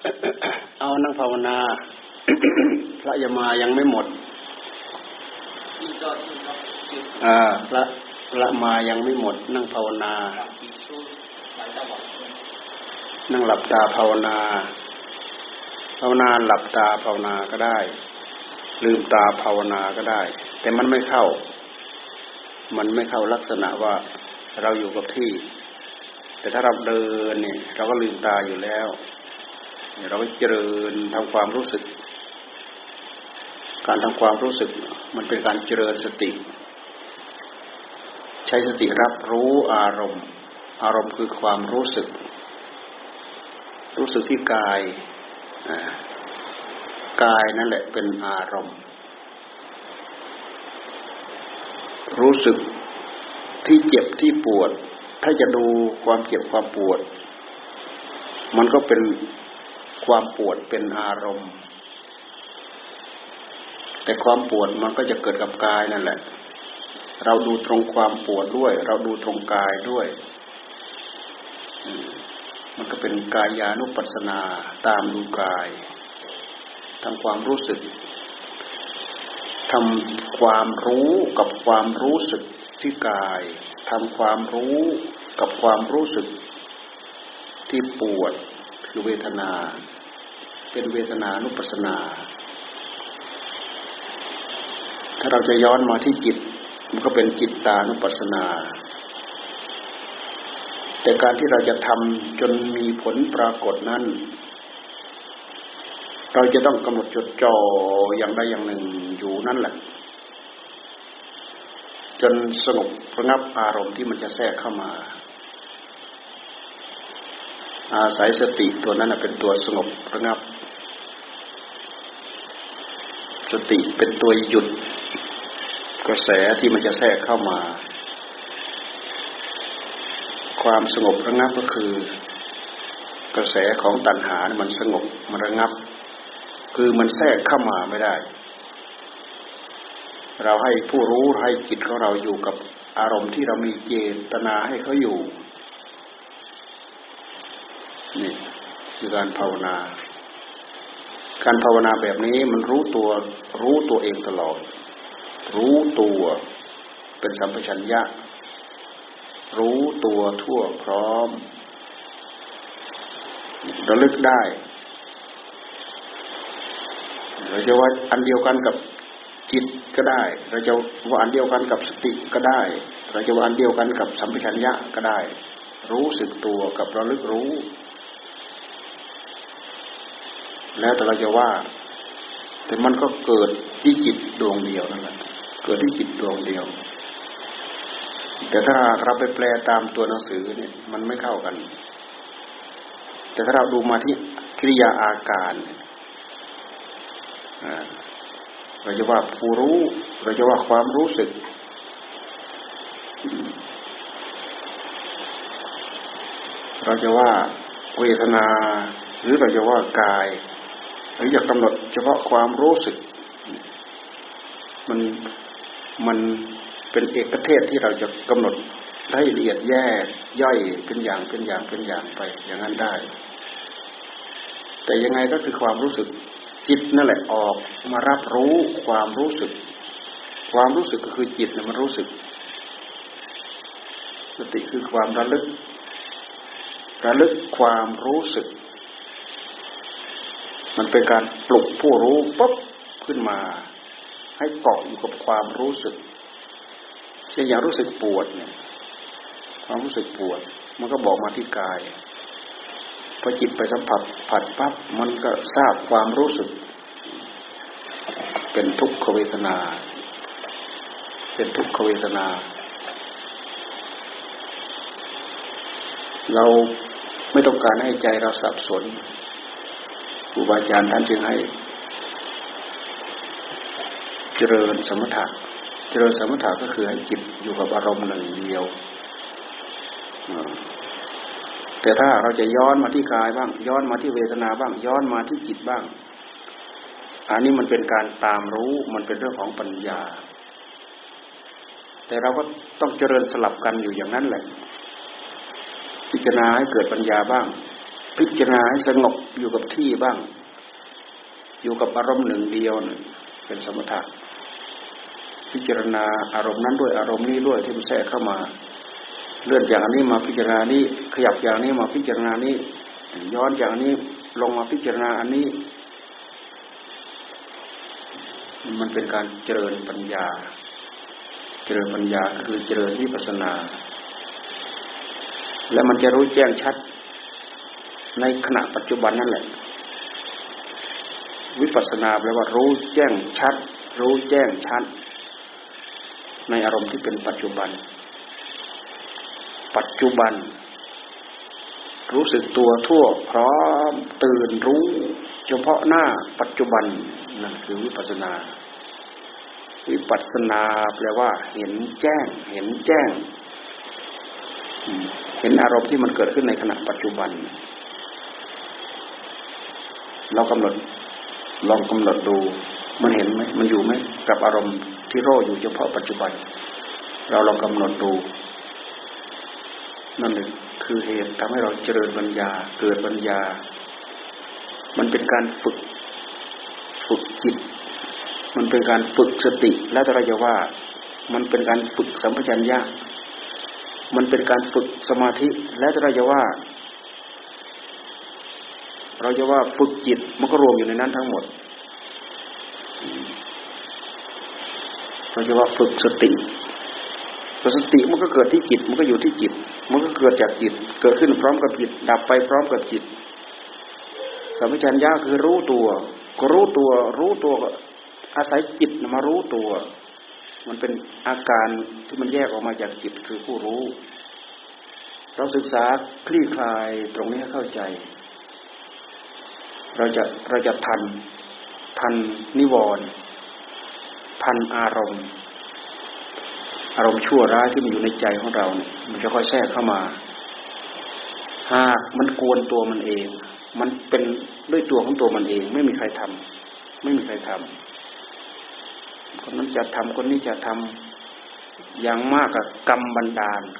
เอานั่งภาวนา พระยมายังไม่หมดพระมายังไม่หมดนั่งภาวนานั่งหลับตาภาวนาภาวนาหลับตาภาวนาก็ได้ลืมตาภาวนาก็ได้แต่มันไม่เข้าลักษณะว่าเราอยู่กับที่แต่ถ้าเราเดินเนี่ยเราก็ลืมตาอยู่แล้วเราก็เจริญทำความรู้สึกการทำความรู้สึกมันเป็นการเจริญสติใช้สติรับรู้อารมณ์คือความรู้สึกที่กายนั่นแหละเป็นอารมณ์รู้สึกที่เจ็บที่ปวดถ้าจะดูความเจ็บความปวดมันก็เป็นความปวดเป็นอารมณ์แต่ความปวดมันก็จะเกิดกับกายนั่นแหละเราดูตรงความปวดด้วยเราดูตรงกายด้วยมันก็เป็นกายานุปัสสนาตามดูกายทำความรู้สึกทำความรู้กับความรู้สึกที่กายทำความรู้กับความรู้สึกที่ปวดคือเวทนาเป็นเวทนานุปัสสนาถ้าเราจะย้อนมาที่จิตมันก็เป็นจิตตานุปัสสนาแต่การที่เราจะทำจนมีผลปรากฏนั้นเราจะต้องกำหนดจดจ่ออย่างใดอย่างหนึ่งอยู่นั่นแหละจนสงบระงับอารมณ์ที่มันจะแทรกเข้ามาอาศัยสติตัวนั้นเป็นตัวสงบระงับสติเป็นตัวหยุดกระแสที่มันจะแทรกเข้ามาความสงบระงับก็คือกระแสของตัณหามันสงบมันระงับคือมันแทรกเข้ามาไม่ได้เราให้ผู้รู้ให้จิตของเราอยู่กับอารมณ์ที่เรามีเจตนาให้เขาอยู่นี่คือการภาวนาแบบนี้มันรู้ตัวเองตลอดรู้ตัวเป็นสัมปชัญญะรู้ตัวทั่วพร้อมระลึกได้เราจะว่าอันเดียวกันกับจิตก็ได้เราจะว่าอันเดียวกันกับสติก็ได้เราจะว่าอันเดียวกันกับสัมปชัญญะก็ได้รู้สึกตัวกับระลึกรู้แล้วแต่เราจะว่าแต่มันก็เกิดที่จิตดวงเดียวนั่นแหละเกิดที่จิตดวงเดียวแต่ถ้าเราไปแปลตามตัวหนังสือเนี่ยมันไม่เข้ากันแต่ถ้าเราดูมาที่กิริยาอาการเราจะว่าผู้รู้เราจะว่าความรู้สึกเราจะว่าเวทนาหรือเราจะว่ากายหรืออยากกำหนดเฉพาะความรู้สึกมันเป็นเอกเทศที่เราจะกำหนดให้ละเอียดแยกย่อยเป็นอย่างไปอย่างนั้นได้แต่ยังไงก็คือความรู้สึกจิตนั่นแหละออกมารับรู้ความรู้สึกก็คือจิตเนี่ยมันรู้สึกสติคือความระลึกความรู้สึกมันเป็นการปลุกผู้รู้ปุ๊บขึ้นมาให้เกาะอยู่กับความรู้สึกเช่นอย่างรู้สึกปวดเนี่ยความรู้สึกปวดมันก็บอกมาที่กายพอจิตไปสัมผัสปั๊บมันก็ทราบความรู้สึกเป็นทุกขเวทนาเราไม่ต้องการให้ใจเราสับสนครูบาอาจารย์ท่านจึงให้เจริญสมถะก็คือให้จิตอยู่กับอารมณ์หนึ่งเดียวแต่ถ้าเราจะย้อนมาที่กายบ้างย้อนมาที่เวทนาบ้างย้อนมาที่จิตบ้างอันนี้มันเป็นการตามรู้มันเป็นเรื่องของปัญญาแต่เราก็ต้องเจริญสลับกันอยู่อย่างนั้นแหละพิจารณาให้เกิดปัญญาบ้างพิจารณาให้สงบอยู่กับที่บ้างอยู่กับอารมณ์หนึ่งเดียวเป็นสมถะพิจารณาอารมณ์นั้นด้วยอารมณ์นี้ด้วยที่มันแทรกเข้ามาเลื่อนจากอันนี้มาพิจารณานี้ขยับอย่างนี้มาพิจารณานี้ย้อนจากนี้ลงมาพิจารณาอันนี้มันเป็นการเจริญปัญญาเจริญปัญญาคือเจริญวิปัสสนาและมันจะรู้แจ้งชัดในขณะปัจจุบันนั่นแหละวิปัสสนาแปลว่ารู้แจ้งชัดรู้แจ้งชัดในอารมณ์ที่เป็นปัจจุบันปัจจุบันรู้สึกตัวทั่วพร้อมตื่นรู้เฉพาะหน้าปัจจุบันนั่นคือวิปัสสนาวิปัสสนาแปลว่าเห็นแจ้งเห็นแจ้งเห็นอารมณ์ที่มันเกิดขึ้นในขณะปัจจุบันเรากำหนดลองกำหนดดูมันเห็นไหมมันอยู่ไหมกับอารมณ์ที่โร่อยู่เฉพาะปัจจุบันเราลองกำหนดดูนั่นเองคือเหตุทำให้เราเจริญปัญญาเกิดปัญญามันเป็นการฝึกจิตมันเป็นการฝึกสติแล้วแต่เราจะว่ามันเป็นการฝึกสัมปชัญญะมันเป็นการฝึกสมาธิแล้วแต่เราจะว่าฝึกจิตมันก็รวมอยู่ในนั้นทั้งหมดเราจะว่าฝึกสติสติมันก็เกิดที่จิตมันก็อยู่ที่จิตมันก็เกิดจากจิตเกิดขึ้นพร้อมกับจิตดับไปพร้อมกับจิตสัมปชัญญะคือรู้ตัวก็รู้ตัวอาศัยจิตมารู้ตัวมันเป็นอาการที่มันแยกออกมาจากจิตคือผู้รู้เราศึกษาคลี่คลายตรงนี้ให้เข้าใจเราจะทันนิวรณ์ทันอารมณ์ชั่วร้ายที่มันอยู่ในใจของเราเนี่ยมันจะค่อยแทรกเข้ามาหากมันกวนตัวมันเองมันเป็นด้วยตัวของตัวมันเองไม่มีใครทำคนนั้นจะทำคนนี้จะทำอย่างมากกับกรรมบันดาล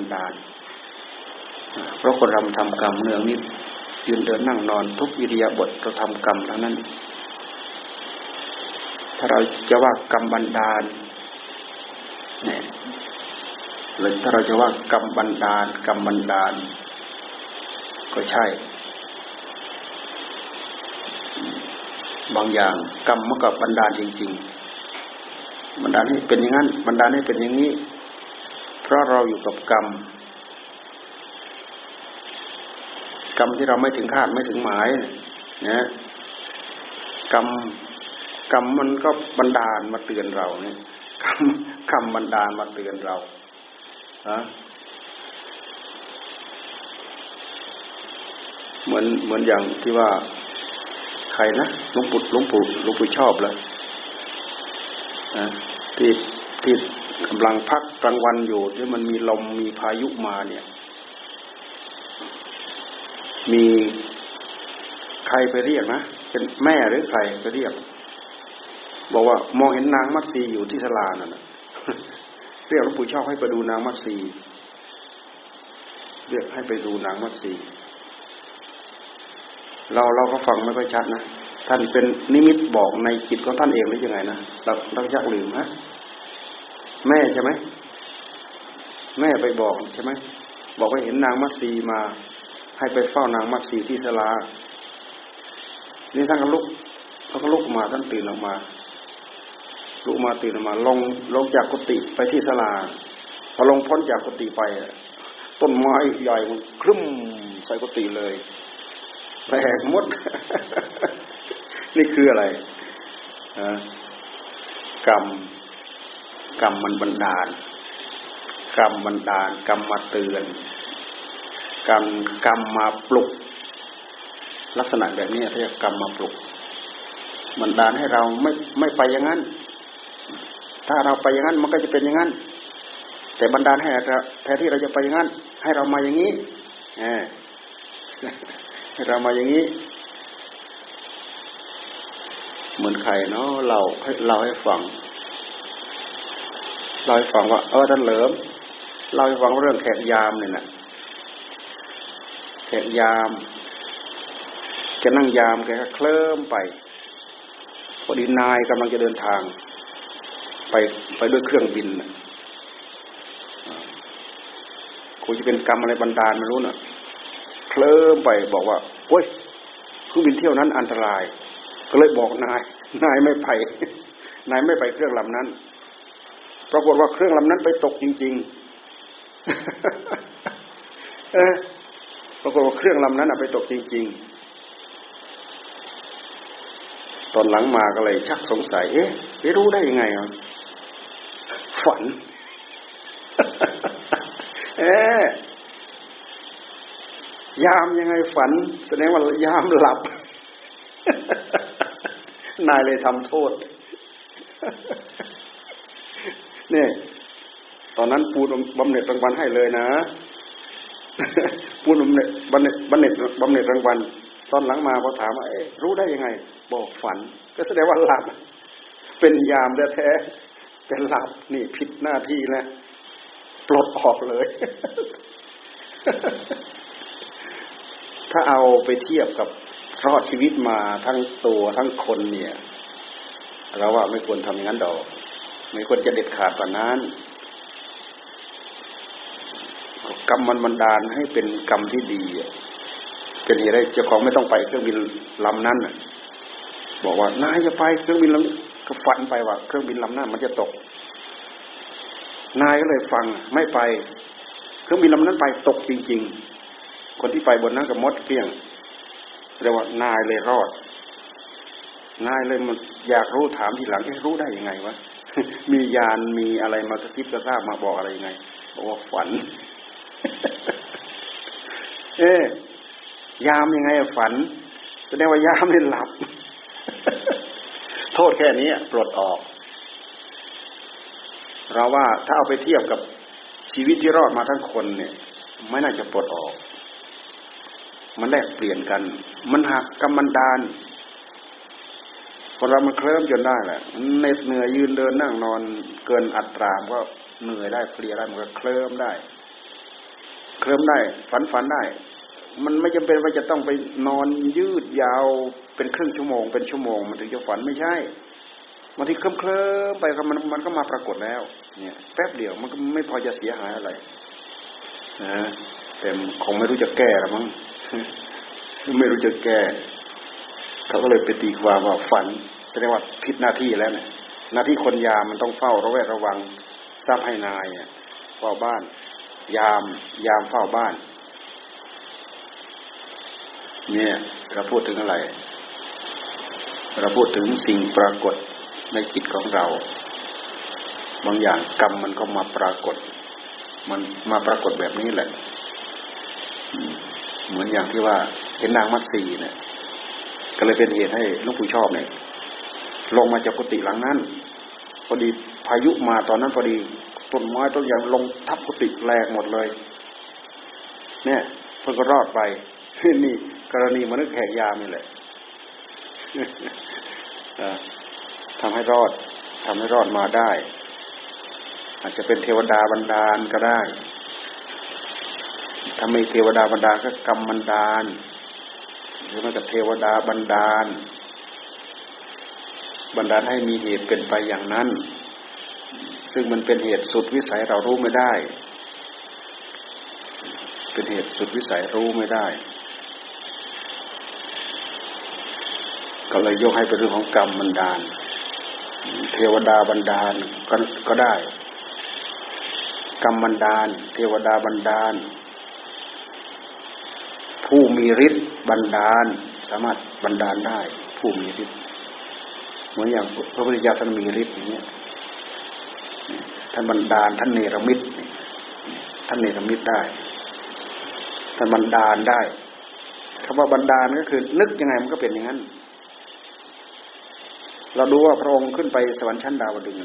เพราะคนเราทำกรรมเนืองนิดยืนเดินนั่งนอนทุกอิริยาบถเราทำกรรมทั้งนั้นถ้าเราจะว่ากรรมบันดาลเนี่ยหรือถ้าเราจะว่ากรรมบันดาลก็ใช่บางอย่างกรรมมันก็บันดาลจริงๆบันดาลให้เป็นอย่างนั้นบันดาลให้เป็นอย่างนี้เพราะเราอยู่กับกรรมที่เราไม่ถึงคาดไม่ถึงหมายนะกรรมมันก็บันดาลมาเตือนเราเนี่ยกรรมบันดาลมาเตือนเราเหมือนอย่างที่ว่าใครนะหลวงปู่ชอบเลยที่กำลังพักกลางวันอยู่ที่มันมีลมมีพายุมาเนี่ยมีใครไปเรียกนะเป็นแม่หรือใครไปเรียกบอกว่ามองเห็นนางมัตสีอยู่ที่ศาลานั่นน่ะเรียกหลวงปู่ชอบให้ไปดูนางมัตสีเรียกให้ไปดูนางมัตสีเราก็ฟังไม่ค่อยชัดนะท่านเป็นนิมิตบอกในจิตของท่านเองหรือยังไงนะเรายักลืมฮะแม่ใช่ไหมแม่ไปบอกใช่ไหมบอกว่าเห็นนางมัตสีมาให้ไปเฝ้านางมัตสีที่ศาลานี่ท่านก็ลุกมาท่านตื่นออกมาตื่นออกมาลงจากกุฏิไปที่ศาลาพอลงพ้นจากกุฏิไปต้นไม้ใหญ่มันครึ้มใส่กุฏิเลยแปลกหมด นี่คืออะไรกรรมมันบันดาลกรรมมาเตือนกรรมมาปลุกลักษณะแบบนี้เรียกกรรมมาปลุกบันดาลให้เราไม่ไปอย่างนั้นถ้าเราไปอย่างนั้นมันก็จะเป็นอย่างนั้นแต่บันดาลให้แทนที่เราจะไปอย่างนั้นให้เรามาอย่างนี้ให้เรามาอย่างนี้เหมือนใครเนาะเราให้ฟังว่าท่านเหลิมเล่าให้ฟังเรื่องแขกยามเนี่ยนะแขกยามแกนั่งยามแกก็เคลิ้มไปพอดีนายกำลังจะเดินทางไปด้วยเครื่องบินคงจะเป็นกรรมอะไรบันดาลไม่รู้น่ะเคลิ้มไปบอกว่าโอ๊ยเครื่องบินเที่ยวนั้นอันตรายก็เลยบอกนายไม่ไปนายไม่ไปเครื่องลำนั้นปรากฏว่าเครื่องลำนั้นไปตกจริงๆปรากฏว่าเครื่องลำนั้นไปตกจริงๆตอนหลังมาก็เลยชักสงสัยไม่รู้ได้ยังไงฝันยามยังไงฝันแสดงว่ายามหลับนายเลยทำโทษเนี่ยตอนนั้นปูนบำเหน็จรางวัลให้เลยนะปูนบำเหน็จรางวัลตอนหลังมาพอถามว่ารู้ได้ยังไงบอกฝันก็แสดงว่าหลับเป็นยามแท้ๆเป็นหลับนี่ผิดหน้าที่แล้วปลดออกเลยถ้าเอาไปเทียบกับรอดชีวิตมาทั้งตัวทั้งคนเนี่ยเราว่าไม่ควรทำอย่างนั้นดอกไม่ควรจะเด็ดขาดกว่านั้นกรรมมันบันดาลให้เป็นกรรมที่ดีเป็นเหตุให้เจ้าของไม่ต้องไปเครื่องบินลำนั้นบอกว่านายจะไปเครื่องบินลำก็ฝันไปว่าเครื่องบินลำนั้นมันจะตกนายก็เลยฟังไม่ไปเครื่องบินลำนั้นไปตกจริงๆคนที่ไปบนนั้นก็มดเกลี้ยงเรียกว่านายเลยรอดนายเลยมันอยากรู้ถามทีหลังรู้ได้ยังไงวะมียานมีอะไรมากระซิบกระซาบมาบอกอะไรยังไงบอกว่าฝันยามยังไงฝันแสดงว่ายามเล่นหลับโทษแค่นี้ปลดออกเราว่าถ้าเอาไปเทียบกับชีวิตที่รอดมาทั้งคนเนี่ยไม่น่าจะปลดออกมันแลกเปลี่ยนกันมันหักกรรมบันดาลคนเรามันเคลิ้มจนได้แหละเหน็ดเหนื่อยยืนเดินนั่งนอนเกินอัตราก็เหนื่อยได้เพลียได้มันก็เคลิ้มได้ฝันได้มันไม่จำเป็นว่าจะต้องไปนอนยืดยาวเป็นครึ่งชั่วโมงเป็นชั่วโมงมันถึงจะฝันไม่ใช่บางทีเคลิ้มไปก็มันก็มาปรากฏแล้วเนี่ยแป๊บเดียวมันก็ไม่พอจะเสียหายอะไรนะแต่คงไม่รู้จะแก้หรอกมั้งไม่รู้จะแก้เขาก็เลยไปตีความว่าฝันแสดงว่าผิดหน้าที่แล้วเนี่ยหน้าที่คนยามมันต้องเฝ้าระแวดระวังทรัพย์ให้นายเฝ้าบ้านยามเฝ้าบ้านเนี่ยเราพูดถึงอะไรเราพูดถึงสิ่งปรากฏในจิตของเราบางอย่างกรรมมันก็มาปรากฏมันมาปรากฏแบบนี้แหละเหมือนอย่างที่ว่าเห็นนางมัตสีเนี่ยก็เลยเป็นเหตุให้หลวงปู่ชอบเนี่ยลงมาจากกุฏิหลังนั้นพอดีพายุมาตอนนั้นพอดีต้นไม้ต้นใหญ่ลงทับกุฏิแหลกหมดเลยเนี่ยเพิ่งก็รอดไปนี่กรณีมนุษย์แขกยามนี่แหละทำให้รอดมาได้อาจจะเป็นเทวดาบันดาลก็ได้ถ้าไม่เทวดาบันดาลก็กรรมบันดาลหรือไม่ก็เทวดาบันดาลให้มีเหตุเป็นไปอย่างนั้นซึ่งมันเป็นเหตุสุดวิสัยเรารู้ไม่ได้เป็นเหตุสุดวิสัยรู้ไม่ได้ก็เลยยกให้เป็นเรื่องของกรรมบันดาลเทวดาบันดาลก็ได้กรรมบันดาลเทวดาบันดาลผู้มีฤทธิ์บันดาลสามารถบันดาลได้ผู้มีฤทธิ์เหมือนอย่างพระพุทธเจ้าท่านมีฤทธิ์อย่างเงี้ยท่านบันดาลท่านเนรมิตได้ท่านบันดาลได้คำว่าบันดาลก็คือนึกยังไงมันก็เป็นอย่างนั้นเราดูว่าพระองค์ขึ้นไปสวรรค์ชั้นดาวดึงส์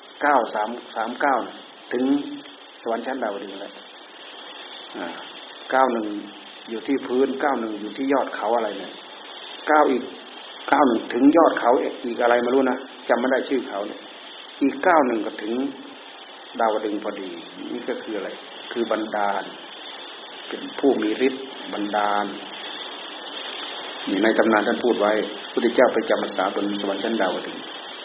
939ถึงสวรรค์ชั้นดาวดึงส์แล้ว91อยู่ที่พื้น91อยู่ที่ยอดเขาอะไรเนี่ย91ถึงยอดเขาอีกอะไรไม่รู้นะจำไม่ได้ชื่อเขาเนี่ยอีก91ก็ถึงดาวดึงส์พอดีนี่ก็คืออะไรคือบันดาลเป็นผู้มีฤทธิ์บันดาลนี่ในตำนานท่านพูดไว้พระพุทธเจ้าไปจำพรรษาบนสวรรค์ชั้นดาวดึงส์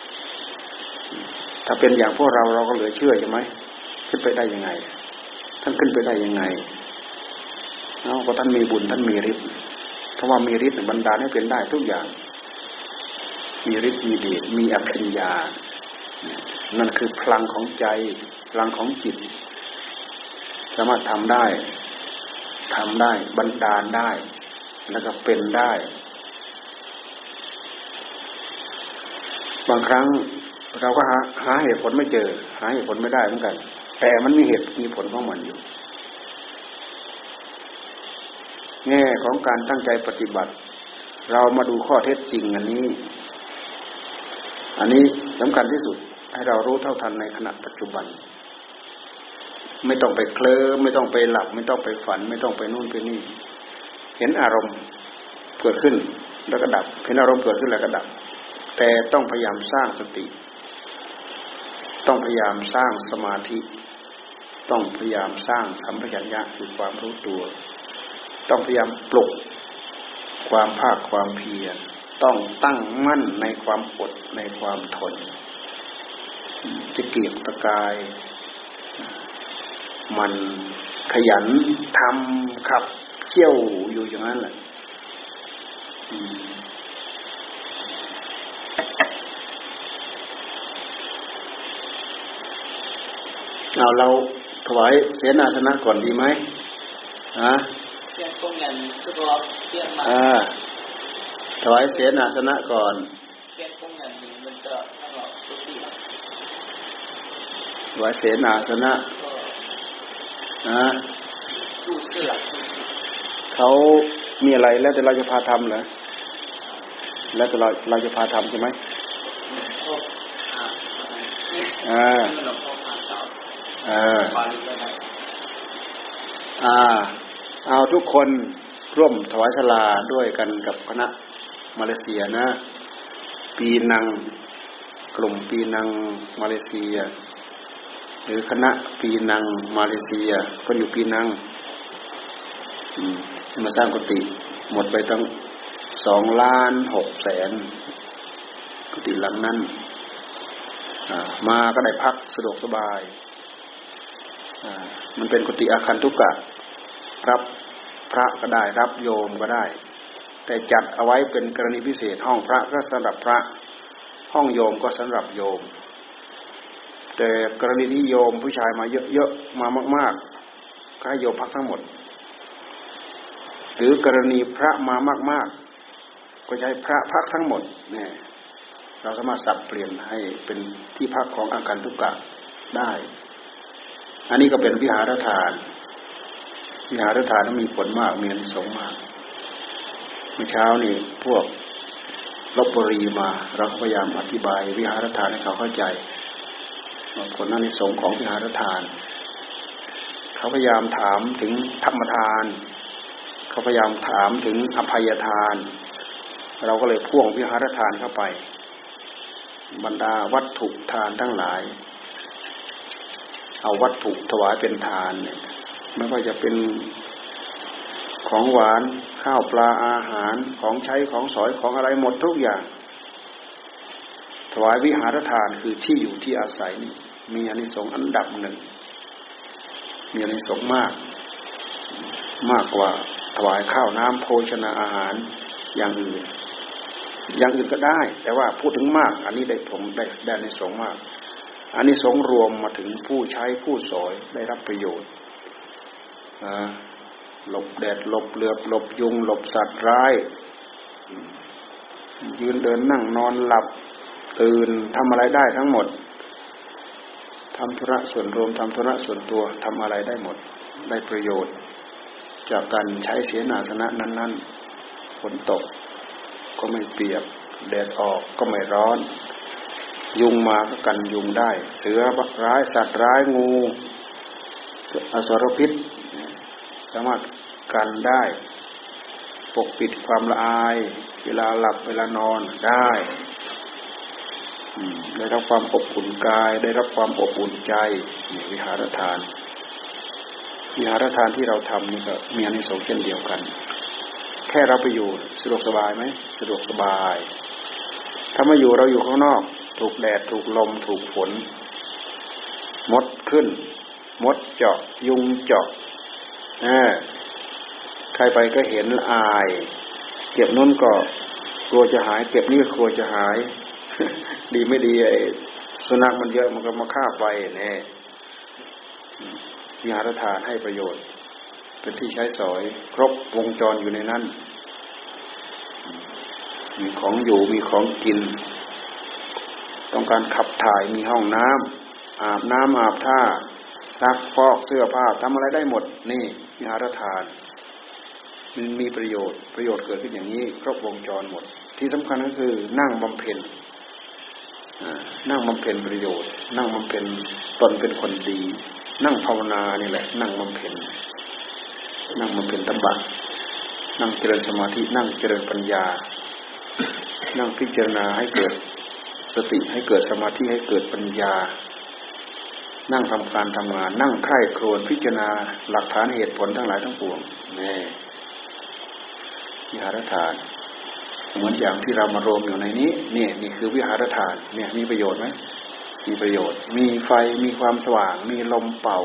ถ้าเป็นอย่างพวกเราก็เหลือเชื่อใช่ไหมขึ้นไปได้ยังไงท่านขึ้นไปได้ยังไงเพราะท่านมีบุญท่านมีฤทธิ์เพราะว่ามีฤทธิ์บันดาลให้เป็นได้ทุกอย่างมีฤทธิ์มีเดชมีอภิญญานั่นคือพลังของใจพลังของจิตสามารถทำได้บันดาลได้แล้วก็เป็นได้บางครั้งเราก็หาเหตุผลไม่เจอหาเหตุผลไม่ได้เหมือนกันแต่มันมีเหตุมีผลของมันอยู่แง่ของการตั้งใจปฏิบัติเรามาดูข้อเท็จจริงอันนี้สำคัญที่สุดให้เรารู้เท่าทันในขณะปัจจุบันไม่ต้องไปเคลิ้มไม่ต้องไปหลับไม่ต้องไปฝันไม่ต้องไปนู่นไปนี่เห็นอารมณ์เกิดขึ้นแล้วก็ดับเห็นอารมณ์เกิดขึ้นแล้วก็ดับแต่ต้องพยายามสร้างสติต้องพยายามสร้างสมาธิต้องพยายามสร้างสัมปชัญญะคือความรู้ตัวต้องพยายามปลุกความภาคความเพียรต้องตั้งมั่นในความอดในความทนจะเกียกตะกายมันขยันทำขับเคี่ยวอยู่อย่างนั้นแหละเอาเราถวายเสนาสนะก่อนดีไหมถวายเสนาสนะก่อนถวายเสนาสนะเขามีอะไรแล้วแต่เราจะพาทำเหรอแล้วแต่เราจะพาทำใช่ไหมเอาทุกคนร่วมถวายศาลาด้วยกันกับคณะมาเลเซียนะปีนังกลุ่มปีนังมาเลเซียหรือคณะปีนังมาเลเซียก็อยู่ปีนังมาสร้างกุฏิหมดไปตั้ง2,600,000กุฏิหลังนั้นมาก็ได้พักสะดวกสบายมันเป็นกุฏิอาคันตุกะรับพระก็ได้รับโยมก็ได้แต่จัดเอาไว้เป็นกรณีพิเศษห้องพระก็สำหรับพระห้องโยมก็สำหรับโยมแต่กรณีที่โยมผู้ชายมาเยอะๆมามากๆก็ให้โยมพักทั้งหมดหรือกรณีพระมามากๆก็จะให้พระพักทั้งหมดเนี่ยเราสามารถสับเปลี่ยนให้เป็นที่พักของอาคันตุกะได้อันนี้ก็เป็นวิหารทานวิหารทานนั้นมีผลมากมีอานิสงส์มากเมื่อเช้านี่พวกลพบุรีมาเราพยายามอธิบายวิหารทานให้เขาเข้าใจผลอานิสงส์ของวิหารทานเขาพยายามถามถึงธรรมทานเขาพยายามถามถึงอภัยทานเราก็เลยพ่วงวิหารทานเข้าไปบรรดาวัตถุทานทั้งหลายเอาวัตถุถวายเป็นทานเนี่ยไม่ว่าจะเป็นของหวานข้าวปลาอาหารของใช้ของสอยของอะไรหมดทุกอย่างถวายวิหารทานคือที่อยู่ที่อาศัยนี่มีอานิสงส์อันดับหนึ่งมีอานิสงส์มากกว่าถวายข้าวน้ำโภชนาอาหารอย่างอื่นก็ได้แต่ว่าพูดถึงมากอันนี้ได้อานิสงส์มากอานิสงส์รวมมาถึงผู้ใช้ผู้สอยได้รับประโยชน์หลบแดดหลบเหลือบหลบยุงหลบสัตว์ร้ายยืนเดินนั่งนอนหลับตื่นทำอะไรได้ทั้งหมดทำธุระส่วนรวมทำธุระส่วนตัวทำอะไรได้หมดได้ประโยชน์จากการใช้เสนาสนะนั้นๆฝนตกก็ไม่เปียกแดดออกก็ไม่ร้อนยุงมาก็กันยุงได้เสือร้ายสัตว์ร้ายงูอสรพิษสามารถกันได้ปกปิดความละอายเวลาหลับเวลานอนได้ได้รับความอบอุ่นกายได้รับความอบอุ่นใจนี่วิหารทานที่เราทำนี่ก็มีอานิสงส์เช่นเดียวกันแค่เราไปอยู่สะดวกสบายไหมสะดวกสบายถ้ามาอยู่เราอยู่ข้างนอกถูกแดดถูกลมถูกฝนมดขึ้นมดเจาะยุงเจาะใครไปก็เห็นอายเก็บนู้นก็กลัวจะหายเก็บนี่ก็กลัวจะหายดีไม่ดีไอ้สุนัขมันเยอะมันก็มาฆ่าไปเนี่ยวิหารทานให้ประโยชน์เป็นที่ใช้สอยครบวงจรอยู่ในนั้นมีของอยู่มีของกินต้องการขับถ่ายมีห้องน้ำอาบน้ำอาบท่าซักฟอกเสื้อผ้าทำอะไรได้หมดนี่วิหารทานมันมีประโยชน์เกิดขึ้นอย่างนี้ครบวงจรหมดที่สำคัญก็คือนั่งบำเพ็ญประโยชน์นั่งบำเพ็ญตนเป็นคนดีนั่งภาวนานี่แหละนั่งบำเพ็ญตบะนั่งเจริญสมาธินั่งเจริญปัญญานั่งพิจารณาให้เกิดสติให้เกิดสมาธิให้เกิดปัญญานั่งทำการทำงานนั่งไข้ครวญพิจารณาหลักฐานเหตุผลทั้งหลายทั้งปวงนี่วิหารทานเหมือนอย่างที่เรามารวมอยู่ในนี้นี่คือวิหารทานเนี่ยมีประโยชน์ไหมมีประโยชน์มีไฟมีความสว่างมีลมเป่า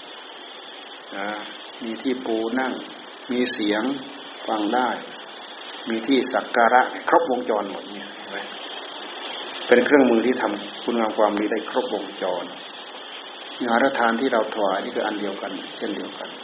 มีที่ปูนั่งมีเสียงฟังได้มีที่สักการะครบวงจรหมดเนี่ยเห็นไหมเป็นเครื่องมือที่ทำคุณงามความดีได้ครบวงจรวิหารทานที่เราถวายนี่คืออันเดียวกันเช่นเดียวกัน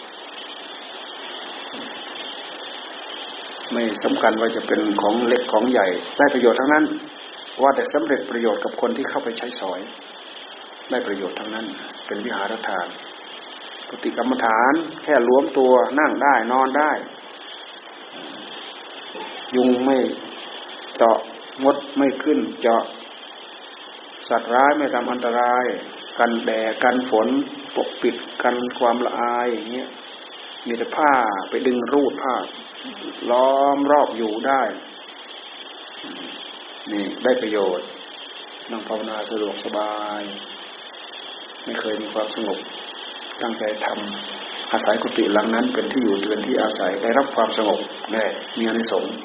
ไม่สำคัญว่าจะเป็นของเล็กของใหญ่ได้ประโยชน์ทั้งนั้นว่าแต่สำเร็จประโยชน์กับคนที่เข้าไปใช้สอยได้ประโยชน์ทั้งนั้นเป็นวิหารทานปฏิกรรมฐานแค่ล้มตัวนั่งได้นอนได้ยุงไม่เจาะมดไม่ขึ้นเจาะสัตว์ร้ายไม่ทำอันตรายกันแดดกันฝนปกปิดกันความละอายอย่างเงี้ยมีแต่ผ้าไปดึงรูดผ้าล้อมรอบอยู่ได้นี่ได้ประโยชน์นั่งภาวนาสะดวกสบายไม่เคยมีความสงบตั้งใจทำอาศัยกุฏิหลังนั้นเป็นที่อยู่เป็นที่อาศัยได้รับความสงบแน่มีอานิสงส์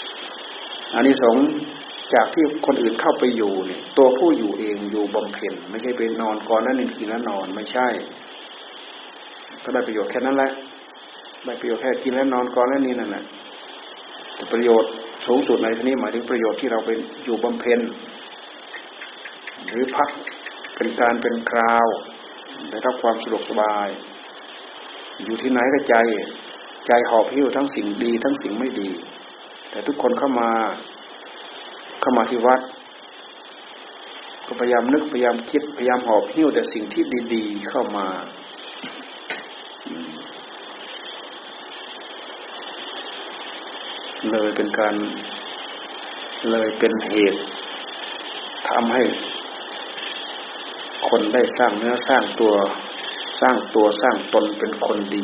จากที่คนอื่นเข้าไปอยู่เนี่ยตัวผู้อยู่เองอยู่บำเพ็ญไม่ใช่ไปนอนก่อนแล้วกินแล้วนอนไม่ใช่ก็ได้ประโยชน์แค่นั้นแหละได้ประโยชน์แค่กินแล้วนอนก่อนแล้วนี่นั่นแหละแต่ประโยชน์สูงสุดในที่นี้หมายถึงประโยชน์ที่เราไปอยู่บำเพ็ญหรือพักเป็นการเป็นคราวได้รับความสะดวกสบายอยู่ที่ไหนก็ใจหอบหิ้วทั้งสิ่งดีทั้งสิ่งไม่ดีแต่ทุกคนเข้ามาที่วัดก็พยายามนึกพยายามคิดพยายามหอบหิ้วแต่สิ่งที่ดีๆเข้ามาเลยเป็นเหตุทำให้คนได้สร้างเนื้อสร้างตัวสร้างตนเป็นคนดี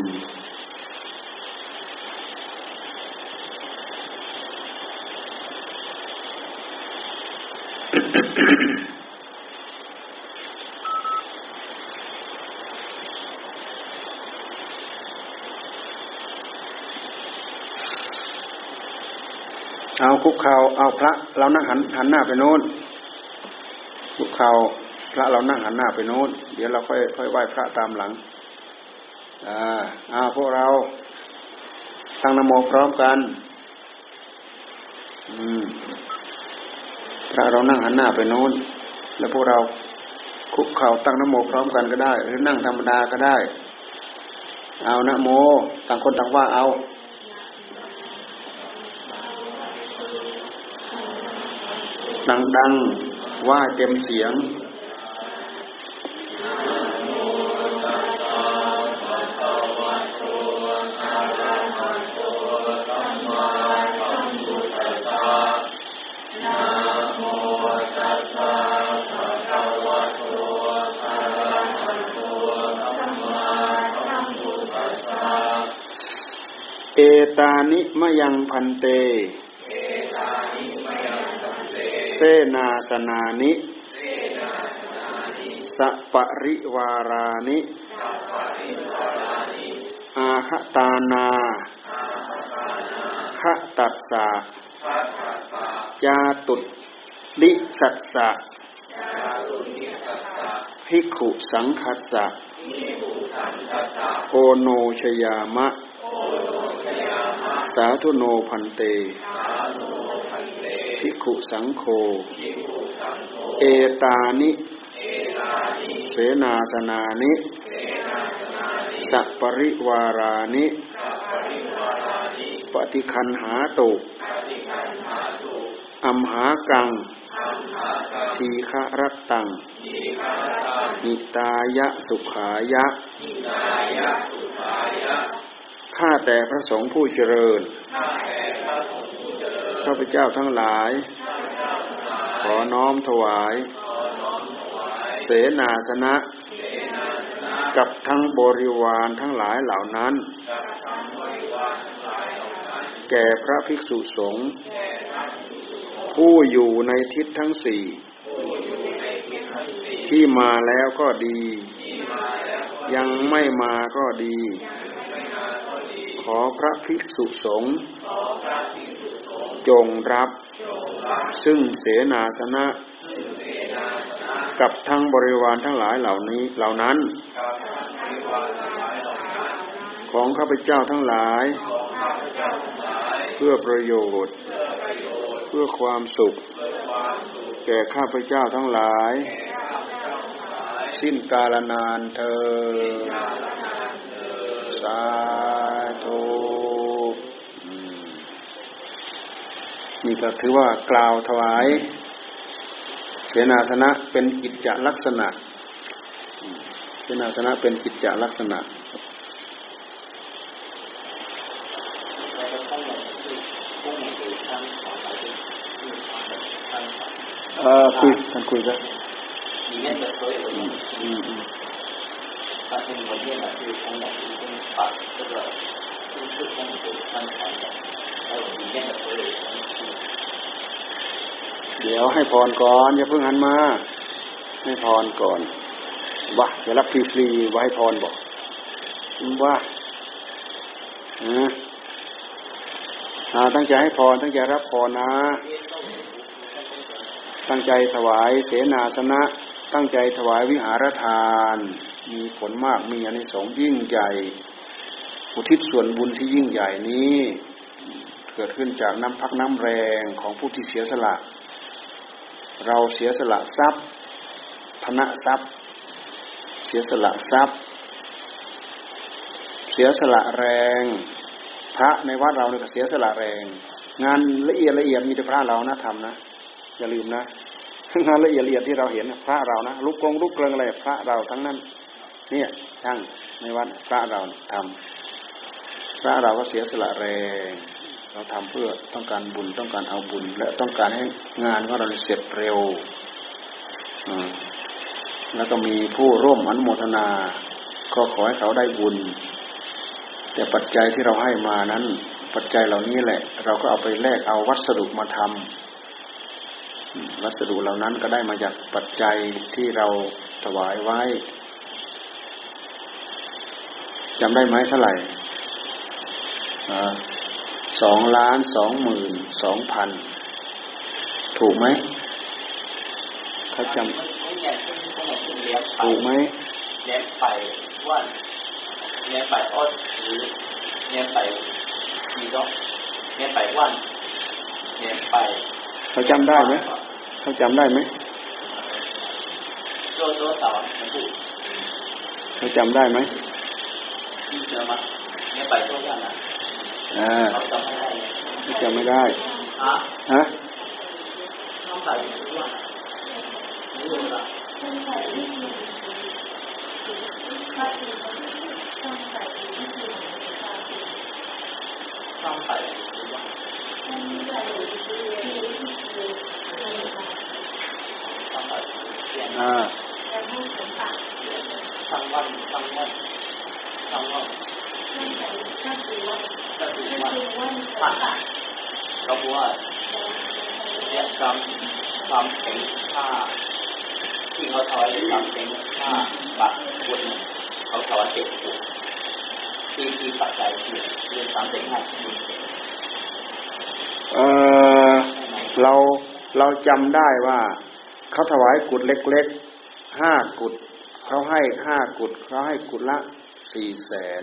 เอาคุกเข่าเอาพระเรานั่งหันหน้าไปโน้นคุกเข่าพระเรานั่งหันหน้าไปโน้นเดี๋ยวเราค่อยไหว้พระตามหลังพวกเราตั้งนะโมพร้อมกันพระเรานั่งหันหน้าไปโน้นแล้วพวกเราคุกเข่าตั้งนะโมพร้อมกันก็ได้หรือนั่งธรรมดาก็ได้เอานะโมต่างคนต่างว่าเอาดังว่าเต็มเสียงเอตานิมะยังพันเตเสนาสนานิสัปริวารานิอาคตานาคะตัสสะจาตุดิสัสสะภิกขุสังคัสสะโอโนชยามะสาธุโนพันเตภิกขุสังโฆเอตานิเสนาสนานิสัปปริวารานิปฏิคันหาตุอัมหากังทีฆะรัตตังหิตายะสุขายะข้าแต่พระสงฆ์ผู้เจริญข้าพเจ้าทั้งหลายขอน้อมถวายเสนาสนะกับทั้งบริวารทั้งหลายเหล่านั้นแก่พระภิกษุสงฆ์ผู้อยู่ในทิศทั้งสี่ที่มาแล้วก็ดียังไม่มาก็ดีขอพระภิกษุสงฆ์จงรับซึ่งเสนาสนะกับทั้งบริวารทั้งหลายเหล่านั้นของข้าพเจ้าทั้งหลายเพื่อประโยชน์เพื่อความสุขแก่ข้าพเจ้าทั้งหลายสิ้นกาลนานเทอญสาธุนี่ก็ถือว่ากล่าวถวายเสนาสนะเป็นกิจจลักษณะเสนาสนะเป็นกิจจลักษณะคุยกัน里面的所有的东西，但是我念的是从哪一经把这个都是从给翻传的，还有里面的所有的东西。เดี๋ยวให้พรก่อนอย่าเพิ่งหันมาให้พรก่อนว่าจะรับฟรีๆว่าให้พรบอกว่าตั้งใจให้พรตั้งใจรับพรนะตั้งใจถวายเสนาสนะตั้งใจถวายวิหารทานมีผลมากมีอานิสงส์ยิ่งใหญ่อุทิศส่วนบุญที่ยิ่งใหญ่นี้เกิดขึ้นจากน้ำพักน้ำแรงของผู้ที่เสียสละเราเสียสละทรัพย์ธนทรัพย์เสียสละทรัพย์เสียสละแรงพระในวัดเราเนี่ยเสียสละแรงงานละเอียดมีแต่พระเรานะทำนะอย่าลืมนะงานละเอียดที่เราเห็นพระเรานะลุกเกรงอะไรพระเราทั้งนั้นเนี่ยช่างในวัดพระเราทำพระเราก็เสียสละแรงเราทำเพื่อต้องการบุญต้องการเอาบุญและต้องการให้งานของเราเสร็จเร็วแล้วก็มีผู้ร่วมอนุโมทนาก็ขอให้เขาได้บุญแต่ปัจจัยที่เราให้มานั้นปัจจัยเหล่านี้แหละเราก็เอาไปแลกเอาวัสดุมาทำวัสดุเหล่านั้นก็ได้มาจากปัจจัยที่เราถวายไว้จำได้ไหมเท่าไหร่2,22,000ถูกไหมเขาจำถูกไหมเขาจำได้ไหมเขาจำได้ไหมเขาจำได้ไหมเขาจำไม่ได้ฮะเขาบอกว่าเนี่ยความแข็งค่าที่เขาถอยความแข็งค่าบาทบุญเขาถอยเจ็บปวดที่ปัจจัยที่เรื่องความแข็งค่าบุญเออเราจำได้ว่าเขาถวายกุฏเล็กๆ5 กุฏเขาให้5 กุฏเขาให้กุฏละ400,000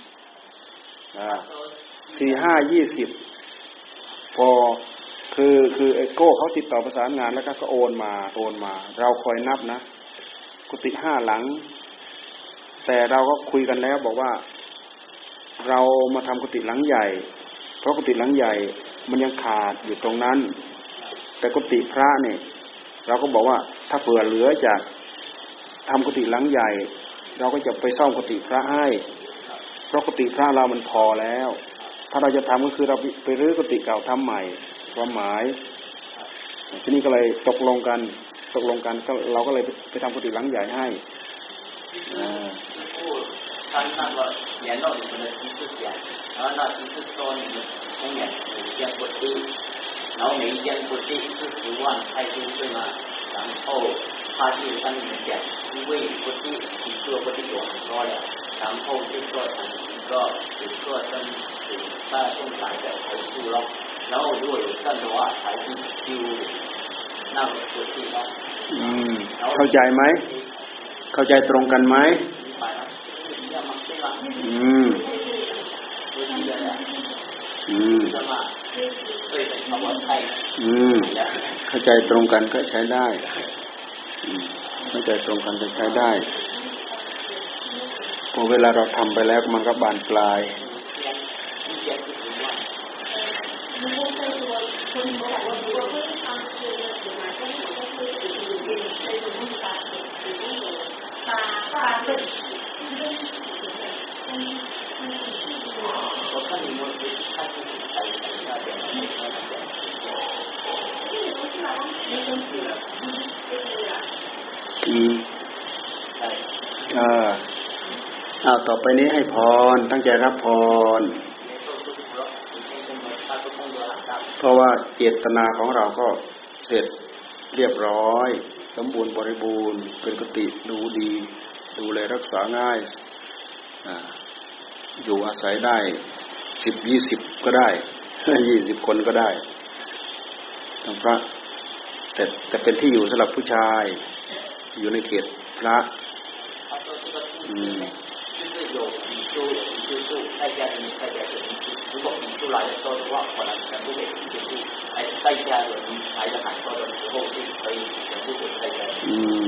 4 5 20พอคือไอ้โก้เขาติดต่อประสานงานแล้วก็โอนมาเราคอยนับนะกุฏิ5 หลังแต่เราก็คุยกันแล้วบอกว่าเรามาทำกุฏิหลังใหญ่เพราะกุฏิหลังใหญ่มันยังขาดอยู่ตรงนั้นแต่กุฏิพระเนี่ยเราก็บอกว่าถ้าเผื่อเหลือจากทำกุฏิหลังใหญ่เราก็จะไปซ่อมกุฏิพระให้เพราะกุฏิพระเรามันพอแล้วถ้าเราจะทำก็คือเราไปรื้อกุฏิเก่าทำใหม่ความหมายทีนี้ก็เลยตกลงกันก็เราก็เลยไปทำกุฏิหลังใหญ่ให้他那个联络你们的集资点，然后那集资说你们公园每间不地，然后每一间不地40万泰铢对吗？然后他就跟你们讲，因为不地你做不地有很多了，然后就做成一个只做成在仲裁的投诉咯，然后如果有证的话才去修那个不地咯。 เข้าใจไหมเข้าใจตรงกันไหมเข้าใจตรงกันก็ใช้ได้เข้าใจตรงกันก็ใช้ได้พอเวลาเราทำไปแล้วมันก็บานปลาย我看你们看自己才那点ต่อไปนี้ให้พรตั้งใจรับพรเพราะว่าเจตนาของเราก็เสร็จเรียบร้อยสมบูรณ์บริบูรณ์เป็นกุฏิดูดีดูแลรักษาง่ายอยู่อาศัยได้10-20ก็ได้20 คนก็ได้ทั้งพระแต่เป็นที่อยู่สำหรับผู้ชายอยู่ในเขตพระ就是有比丘在家人在家人如果比丘来的时候的话可能全部给比丘在家人来的很多的时候就可以全部给在家人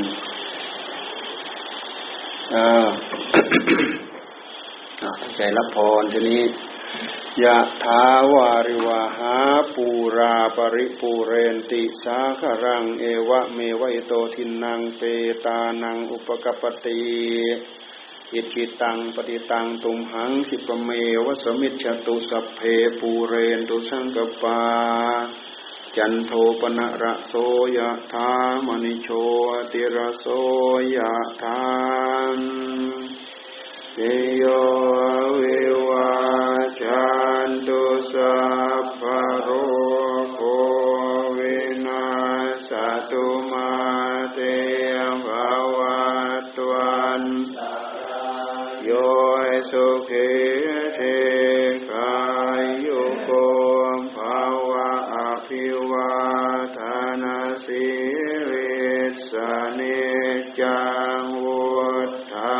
ตั้งใจรับพรทีนี้ยะถาวาริวหาปูราปริปูเรนติสาครังเอวะเมวะอิโตทินังเปตานังอุปกัปปติอิจิตังปฏิตังตุมหังคิปเมวะสมิจฉตุสัพเพปูเรนตุสังกปาจันโทปนะระโสยะถามณิโชติระโสยะถามเตโยวิวาจันตุสัพพะโรโควินาศตุมาเตภวัตวันโยสุขิเทกายุโกภวะอภิวาทนาสิริสนิจังวุฒา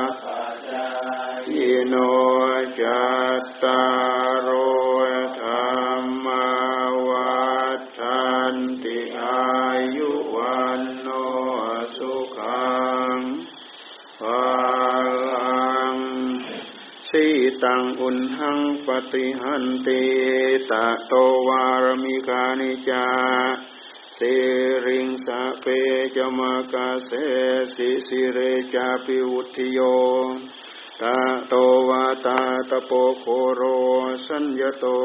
ยิโนจัตตารโอธรรมวัฏฏันติอายุวันโนสุขังภาลังสีตังอุณหังปฏิหันติตะโตวารมิกานิจาเสริงสะเปจมกะเสสิเรจาปิวุติโยตะโตวาตาตะโปโคโรสัญญโต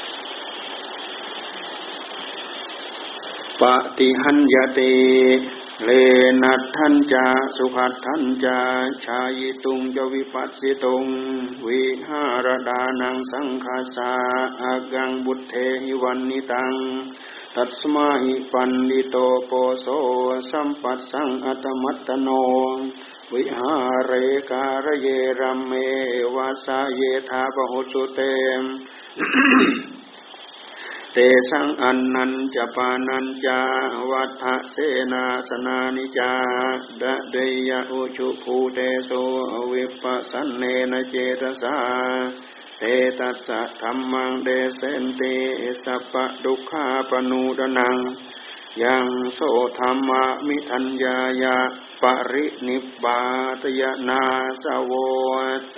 ปฏิหันยติเลนัทธันจาสุขัตถันจาชายิตุงจะวิปัสสิตุงวิหารดานังสังฆาสาอากังบุตเทหิวันนิตังตัสมาหิปันดิโตโปโสสัมปัสสังอัตมัตตโนวิหาเรการเยรัมเมวาสาเยธาปหุสุเตม เตสังอันนันจะปานันจาวัฏเสนาสนานิจาดะเดยะอุชุภูเตโสวิปัสสันเนนเจตสาเตตัสสะธัมมังเดเสนติสัพพะดุขาปนูดนังยังโสธัมมามิทัญญายะปรินิพพาตยนาสโวเต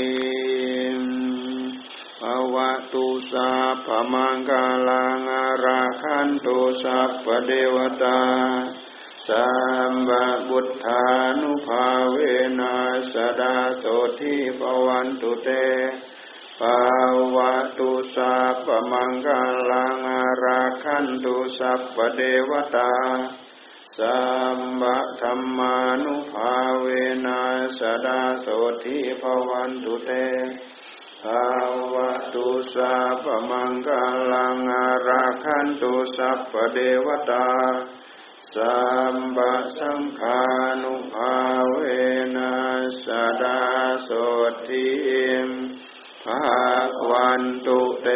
ภวตุสัพพมังคลังอราคันตุสัพพเทวตาสัมมาบุทธานุภาเวนัสดาโสทิภวันตุเตภวตุสัพพมังคลังอราคันตุสัพพเทวตาสัมมาธัมมานุภาเวนัสดาโสทิภวันตุเตภวตุสัพพมังคลังอราคันตุสัพพเทวตาสัมมาสังฆานุภาเวนัสดาโสทิภวันตุเต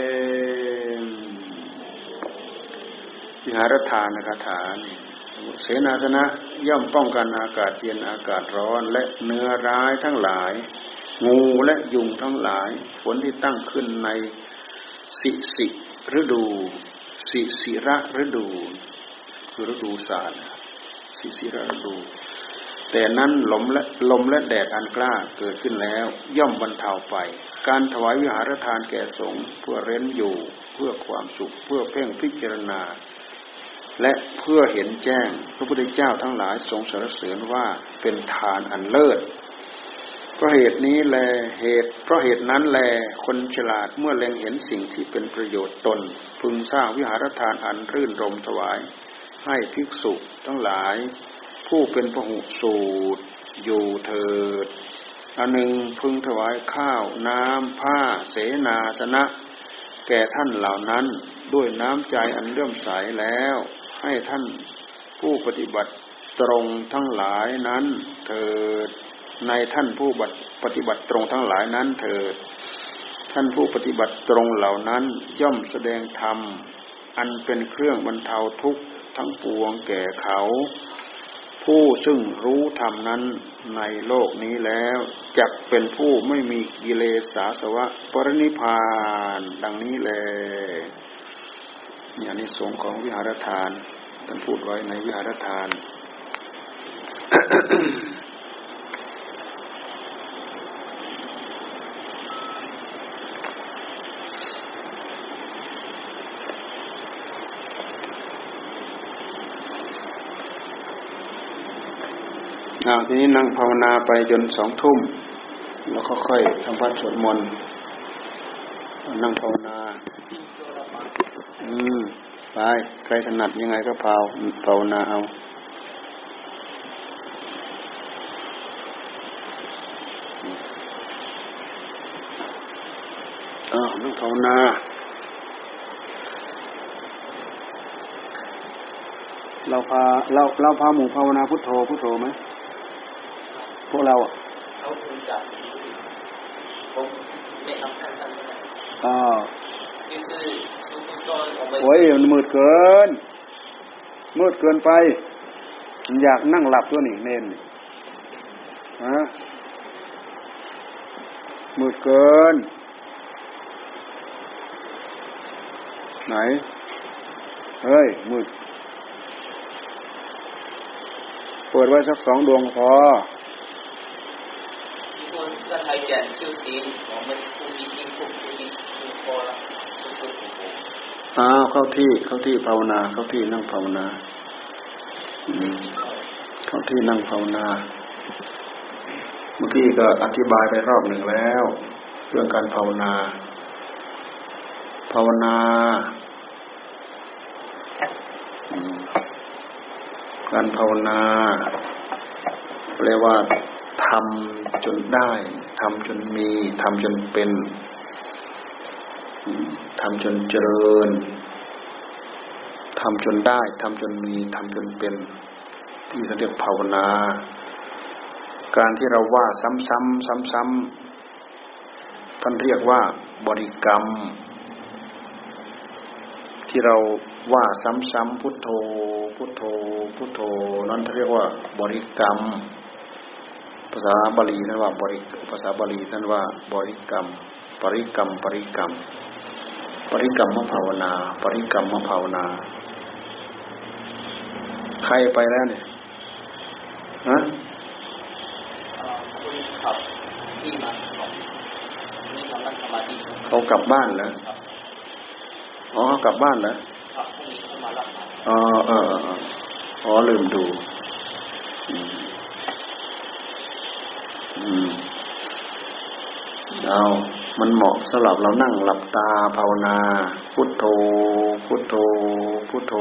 วิหารทานคาถาเสนาสนะย่อมป้องกันอากาศเย็นอากาศร้อนและเนื้อร้ายทั้งหลายงูและยุงทั้งหลายฝนที่ตั้งขึ้นในสิฤดูสิระฤดูคือฤดูศาสตร์สิระฤดูแต่นั้นลมและแดดอันกล้าเกิดขึ้นแล้วย่อมบรรเทาไปการถวายวิหารทานแก่สงฆ์เพื่อเร้นอยู่เพื่อความสุขเพื่อเพ่งพิจารณาและเพื่อเห็นแจ้งพระพุทธเจ้าทั้งหลายทรงสรรเสริญว่าเป็นทานอันเลิศเพราะเหตุนั้นแลคนฉลาดเมื่อเล็งเห็นสิ่งที่เป็นประโยชน์ตนพึงสร้างวิหารทานอันรื่นรมถวายให้ภิกษุทั้งหลายผู้เป็นพหุสูตรอยู่เถิดอันหนึ่งพึงถวายข้าวน้ำผ้าเสนาสนะแก่ท่านเหล่านั้นด้วยน้ำใจอันเลื่อมใสแล้วให้ท่านผู้ปฏิบัติตรงทั้งหลายนั้นเถิดในท่านผู้ปฏิบัติตรงทั้งหลายนั้นเถิดท่านผู้ปฏิบัติตรงเหล่านั้นย่อมแสดงธรรมอันเป็นเครื่องบรรเทาทุกข์ทั้งปวงแก่เขาผู้ซึ่งรู้ธรรมนั้นในโลกนี้แล้วจักเป็นผู้ไม่มีกิเลสอาสวะปรินิพพานดังนี้แลนี่อานิสงส์ของวิหารทานท่านพูดไว้ในวิหารทาน ทีนี้นั่งภาวนาไปจน20:00 นแล้วค่อยๆทำวัดสวดมนต์นั่งภาวนาไปใครถนัดยังไงก็ภาวนาเอานั่งภาวนาเราพาหมู่ภาวนาพุทโธไหมพวกเราเขาคงจะผมไม่ทำสั้นๆนะโอ้ยมันมืดเกินไปอยากนั่งหลับตัวนี่เน้นมืดเกินไหนเฮ้ยมืดเปิดไว้สัก2 ดวงพอถ้าใครจะชื่อทีมของมันผู้มีทีมพวกผู้มีทีมพอละเข้าที่ภาวนาเข้าที่นั่งภาวนาเข้าที่นั่งภาวนาเมื่อกี้ก็อธิบายไปรอบหนึ่งแล้วเรื่องการภาวนาการภาวนาแปลว่าทำจนได้ทำจนมีทำจนเป็นทำจนเจริญทำจนได้ทำจนมีทำจนเป็นที่เรียกภาวนาการที่เราว่าซ้ำๆท่านเรียกว่าบริกรรมที่เราว่าซ้ำๆพุทโธพุทโธพุทโธนั้นเรียกว่าบริกรรมภาษาบาลีท่านว่าภาษาบาลีท่านว่าบริกรรมปริกรรมปริกรรมปริกรรมภาวนาปริกรรมภาวนาใครไปแล้วเนี่ยฮะคุณขับที่มาของนี่ทำนั่งสมาธิเขากลับบ้านเหรออ๋อเขากลับบ้านเหรอครับพรุ่งนี้เขามารับมาอ๋อลืมดูเอามันเหมาะสำหรับเรานั่งหลับตาภาวนาพุทโธพุทโธพุทโธ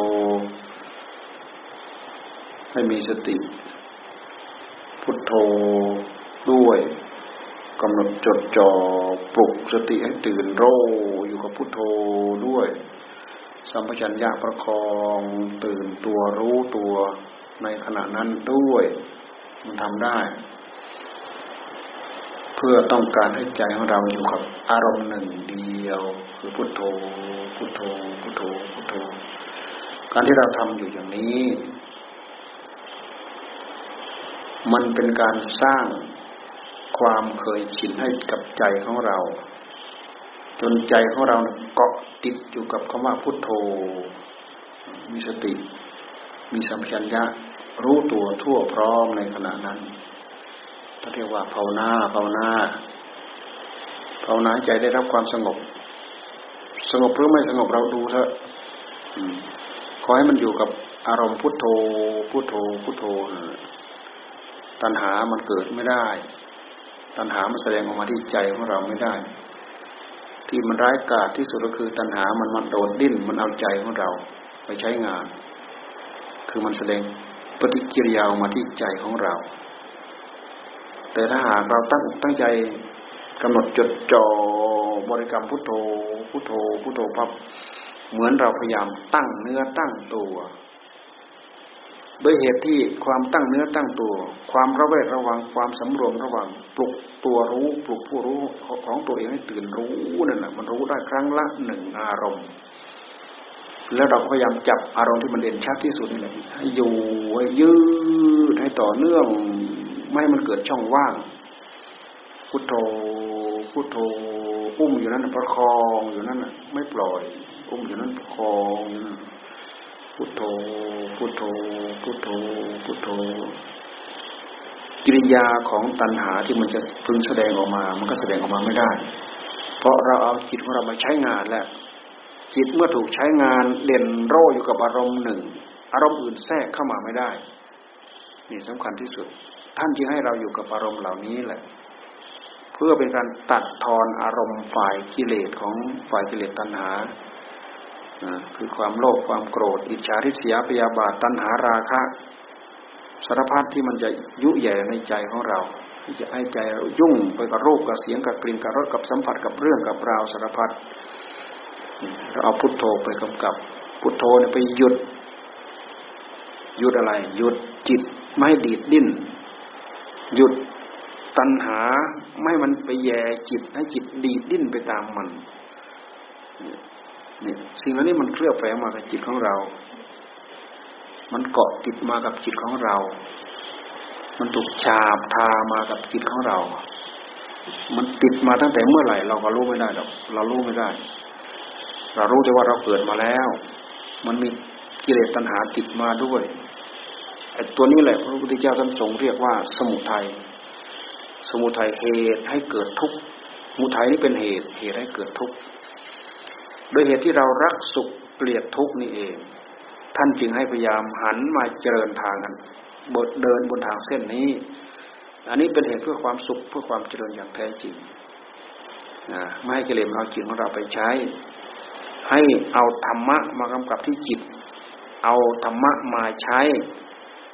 ให้มีสติพุทโธด้วยกำหนดจดจ่อปลุกสติให้ตื่นรู้อยู่กับพุทโธด้วยสัมปชัญญะประคองตื่นตัวรู้ตัวในขณะนั้นด้วยมันทำได้เพื่อต้องการให้ใจของเราอยู่กับอารมณ์หนึ่งเดียวคือพุทโธพุทโธพุทโธพุทโธการที่เราทำอยู่อย่างนี้มันเป็นการสร้างความเคยชินให้กับใจของเราจนใจของเราเกาะติดอยู่กับคำว่าพุทโธมีสติมีสัมปชัญญะรู้ตัวทั่วพร้อมในขณะนั้นเรียกว่าภาวนาภาวนาภาวนาใจได้รับความสงบสงบหรือไม่สงบเราดูเถอะขอให้มันอยู่กับอารมณ์พุทโธพุทโธพุทโธตัณหามันเกิดไม่ได้ตัณหามันแสดงออกมาที่ใจของเราไม่ได้ที่มันร้ายกาจที่สุดก็คือตัณหามันโดดดิ้นมันเอาใจของเราไปใช้งานคือมันแสดงปฏิกิริยาออกมาที่ใจของเราแต่ถ้าหากเราตั้งใจกำหนดจดจ่อบริกรรมพุทโธพุทโธพุทโธปั๊บเหมือนเราพยายามตั้งเนื้อตั้งตัวโดยเหตุที่ความตั้งเนื้อตั้งตัวความระแวดระวังความสำรวมระวังปลุกตัวรู้ปลุกผู้รู้ของตัวเองให้ตื่นรู้นั่นแหละมันรู้ได้ครั้งละหนึ่งอารมณ์แล้วเราก็พยายามจับอารมณ์ที่มันเด่นชัดที่สุดนี่แหละให้อยู่ให้ยืดให้ต่อเนื่องไม่ให้มันเกิดช่องว่างพุทโธพุทโธอุ้มอยู่นั้นประคองอยู่นั้นไม่ปล่อยอุ้มอยู่นั้นประคองพุทโธพุทโธพุทโธพุทโธกิริยาของตัณหาที่มันจะพึงแสดงออกมามันก็แสดงออกมาไม่ได้เพราะเราเอาจิตของเรามาใช้งานแล้วจิตเมื่อถูกใช้งานเด่นโร่อยู่กับอารมณ์หนึ่งอารมณ์อื่นแทรกเข้ามาไม่ได้นี่สำคัญที่สุดท่านจึงให้เราอยู่กับอารมณ์เหล่านี้แหละเพื่อเป็นการตัดทอนอารมณ์ฝ่ายกิเลสของฝ่ายกิเลสตัณหาคือความโลภความโกรธอิจฉาริษยาพยาบาทตัณหาราคะสารพัดที่มันจะยุแย่ในใจของเราที่จะให้ใจเรายุ่งไปกับรูปกับเสียงกับกลิ่นกับรสกับสัมผัสกับเรื่องกับราวสารพัดเราเอาพุทโธไปกำกับพุทโธเนี่ยไปหยุดอะไรหยุดจิตไม่ให้ดีดดิ้นหยุดตัณหาไม่ให้มันไปแย่จิตให้จิตดีดดิ้นไปตามมันนี่สิ่งเหล่านี้มันเคลือบแฝงมากับจิตของเรามันเกาะติดมากับจิตของเรามันถูกฉาบทามากับจิตของเรามันติดมาตั้งแต่เมื่อไหร่เราก็รู้ไม่ได้หรอกเรารู้ไม่ได้เรารู้แต่ว่าเราเกิดมาแล้วมันมีกิเลสตัณหาติดมาด้วยไอ้ตัวนี้แหละพระพุทธเจ้าท่านทรงเรียกว่าสมุทัยสมุทัยเหตุให้เกิดทุกข์สมุทัยนี่เป็นเหตุให้เกิดทุกข์โดยเหตุที่เรารักสุขเกลียดทุกข์นี่เองท่านจึงให้พยายามหันมาเจริญทางกันเดินบนทางเส้นนี้อันนี้เป็นเหตุเพื่อความสุขเพื่อความเจริญอย่างแท้จริงไม่ให้กิเลสเอาจิตของเราไปใช้ให้เอาธรรมะมากำกับที่จิตเอาธรรมะมาใช้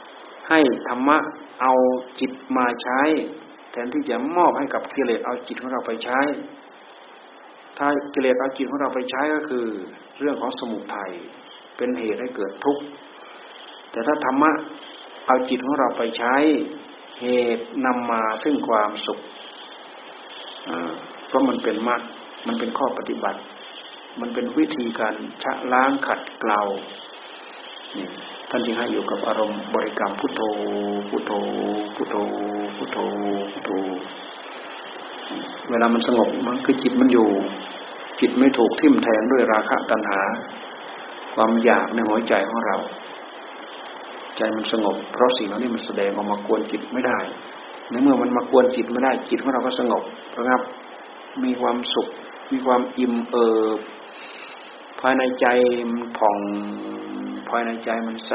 ให้ธรรมะเอาจิตมาใช้แทนที่จะมอบให้กับกิเลสเอาจิตของเราไปใช้ถ้ากิเลสเอาจิตของเราไปใช้ก็คือเรื่องของสมุทัยเป็นเหตุให้เกิดทุกข์แต่ถ้าธรรมะเอาจิตของเราไปใช้เหตุนำมาซึ่งความสุขเพราะมันเป็นมรรคมันเป็นข้อปฏิบัติมันเป็นวิธีการชะล้างขัดเกลานี่ท่านจึงให้อยู่กับอารมณ์บริกรรมพุทโธพุทโธพุทโธพุทโธพุทโธเวลามันสงบมันคือจิตมันอยู่จิตไม่ถูกทิ่มแทงด้วยราคะตัณหาความอยากในหัวใจของเราใจมันสงบเพราะสิ่งเหล่านี้มันแสดงออกมากวนจิตไม่ได้ในเมื่อมันมากวนจิตไม่ได้จิตของเราก็สงบระงับมีความสุขมีความอิ่มเอิบภายในใจมันผ่องภายในใจมันใส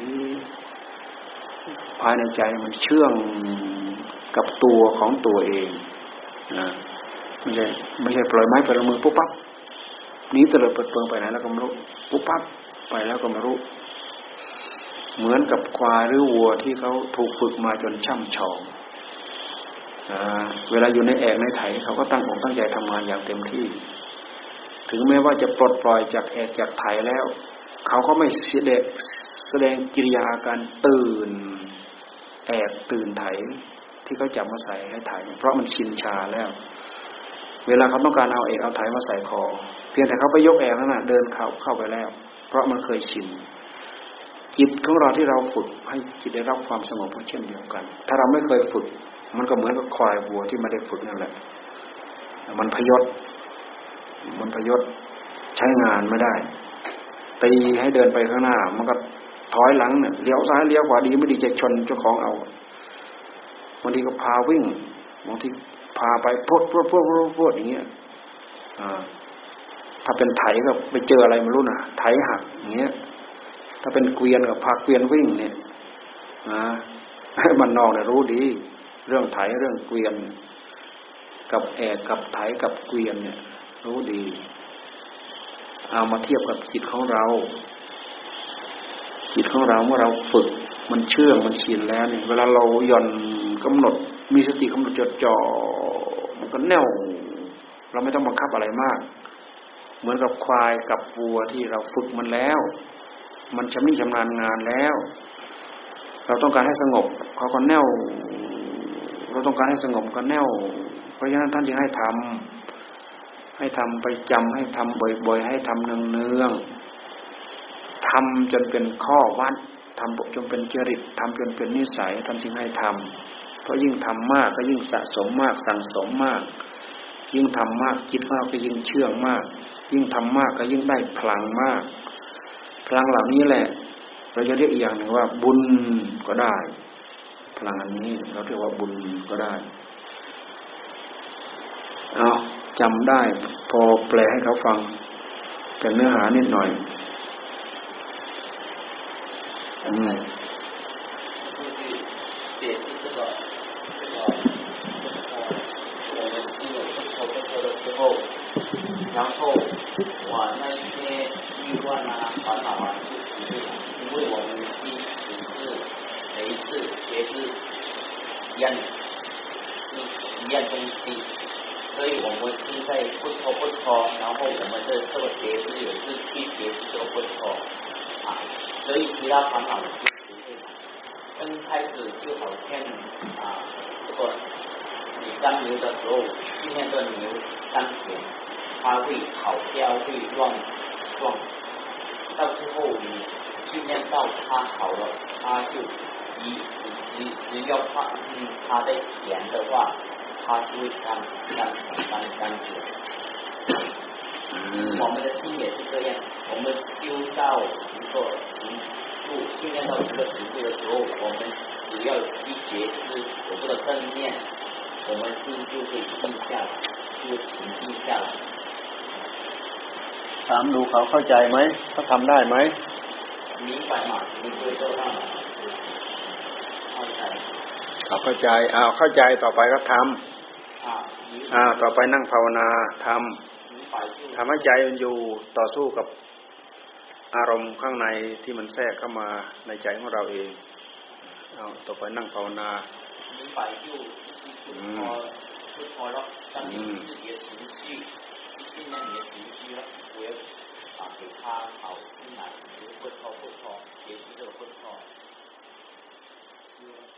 ภายในใจมันเชื่องกับตัวของตัวเองนะไม่ใช่ปล่อยไม้ปล่อยมือปุ๊บปั๊บนี้เตลิดเปิดเปิงไปไหนแล้วก็ไม่รู้ปุ๊บปั๊บไปแล้วก็ไม่รู้เหมือนกับควายหรือวัวที่เขาถูกฝึกมาจนช่ำชองเวลาอยู่ในแอกในไถเขาก็ตั้งอกตั้งใจทำงานอย่างเต็มที่ถึงแม้ว่าจะปลดปล่อยจากแอกจากไถแล้วเขาก็ไม่แสดงกิริยาอาการตื่นแอกตื่นไถที่เขาจับมาใส่ให้ไถเพราะมันชินชาแล้วเวลาเขาต้องการเอาเอกเอาไถมาใส่คอเพียงแต่เขาไปยกแอกนั่นน่ะเดินเข้าไปแล้วเพราะมันเคยชินจิตของเราที่เราฝึกให้จิตได้รับความสงบเช่นเดียวกันถ้าเราไม่เคยฝึกมันก็เหมือนกับควายวัวที่ไม่ได้ฝึกนั่นแหละมันพยศใช้งานไม่ได้ตีให้เดินไปข้างหน้ามันก็ถอยหลังเนี่ยเลี้ยวซ้ายเลี้ยวขวาดีไม่ดีจะชนเจ้าของเอาบางทีก็พาวิ่งบางทีพาไปพวดอย่างเงี้ยถ้าเป็นไถก็ไปเจออะไรไม่รู้น่ะไถหักอย่างเงี้ยถ้าเป็นเกวียนก็พาเกวียนวิ่งเนี่ยมันนอกเนี่ยรู้ดีเรื่องไถเรื่องเกวียนกับแอกกับไถกับเกวียนเนี่ยรู้ดีเอามาเทียบกับจิตของเราจิตของเราเมื่อเราฝึกมันเชื่องมันชินแล้วเนี่ยเวลาเราหย่อนกำหนดมีสติกำหนดจดจ่อมันก็แน่วเราไม่ต้องบังคับอะไรมากเหมือนกับควายกับวัวที่เราฝึกมันแล้วมันชำนาญงานแล้วเราต้องการให้สงบเขาก็แน่วเราต้องการให้สงบก็แน่วเพราะฉะนั้นท่านจึงให้ทำไปจำให้ทำบ่อยๆให้ทำเนืองๆทำจนเป็นข้อวัดทำจนเป็นจริตทำจนเป็นนิสัยท่านจึงให้ทำเพราะยิ่งทำมากก็ยิ่งสะสมมากสั่งสมมากยิ่งทำมากจิตของเราก็ยิ่งเชื่องมากยิ่งทำมากก็ยิ่งได้พลังมากพลังเหล่านี้แหละเราจะเรียกอีกอย่างหนึ่งว่าบุญก็ได้พลังอันนี้เราเรียกว่าบุญก็ได้เอาจำได้พอแปลให้เขาฟังแต่เนื้อหานิดหน่อย然后我那些欲望啊、烦恼啊，就不会了，因为我们只是每一次觉知一样东西，所以我们是在不脱，然后我们的这个觉知也是去觉知这个不脱啊，所以其他烦恼就不会了。刚开始就好像如果你当牛的时候，训练的牛当前。它会跑跳，会乱撞，到最后你训练到它好了，它就只要它在甜的话，它就会干净。我们的心也是这样，我们修到一个程度，训练到一个程度的时候，我们只要一觉知我们的正念，我们心就会定下来，就会平静下来。 ถามดูเขาเข้าใจไหมเขาทำได้ไหม明白吗？你会做到吗？ เขาเข้าใจเข้าใจต่อไปก็ทำต่อไปนั่งภาวนาทำให้ใจมันอยู่ต่อสู้กับอารมณ์ข้างในที่มันแทรกเข้ามาในใจของเราเองเอาต่อไปนั่งภาวนา明白就不拖了，当你自己的情绪，训练你的情绪了，不要给他好进来，你就不拖，别去这个不拖。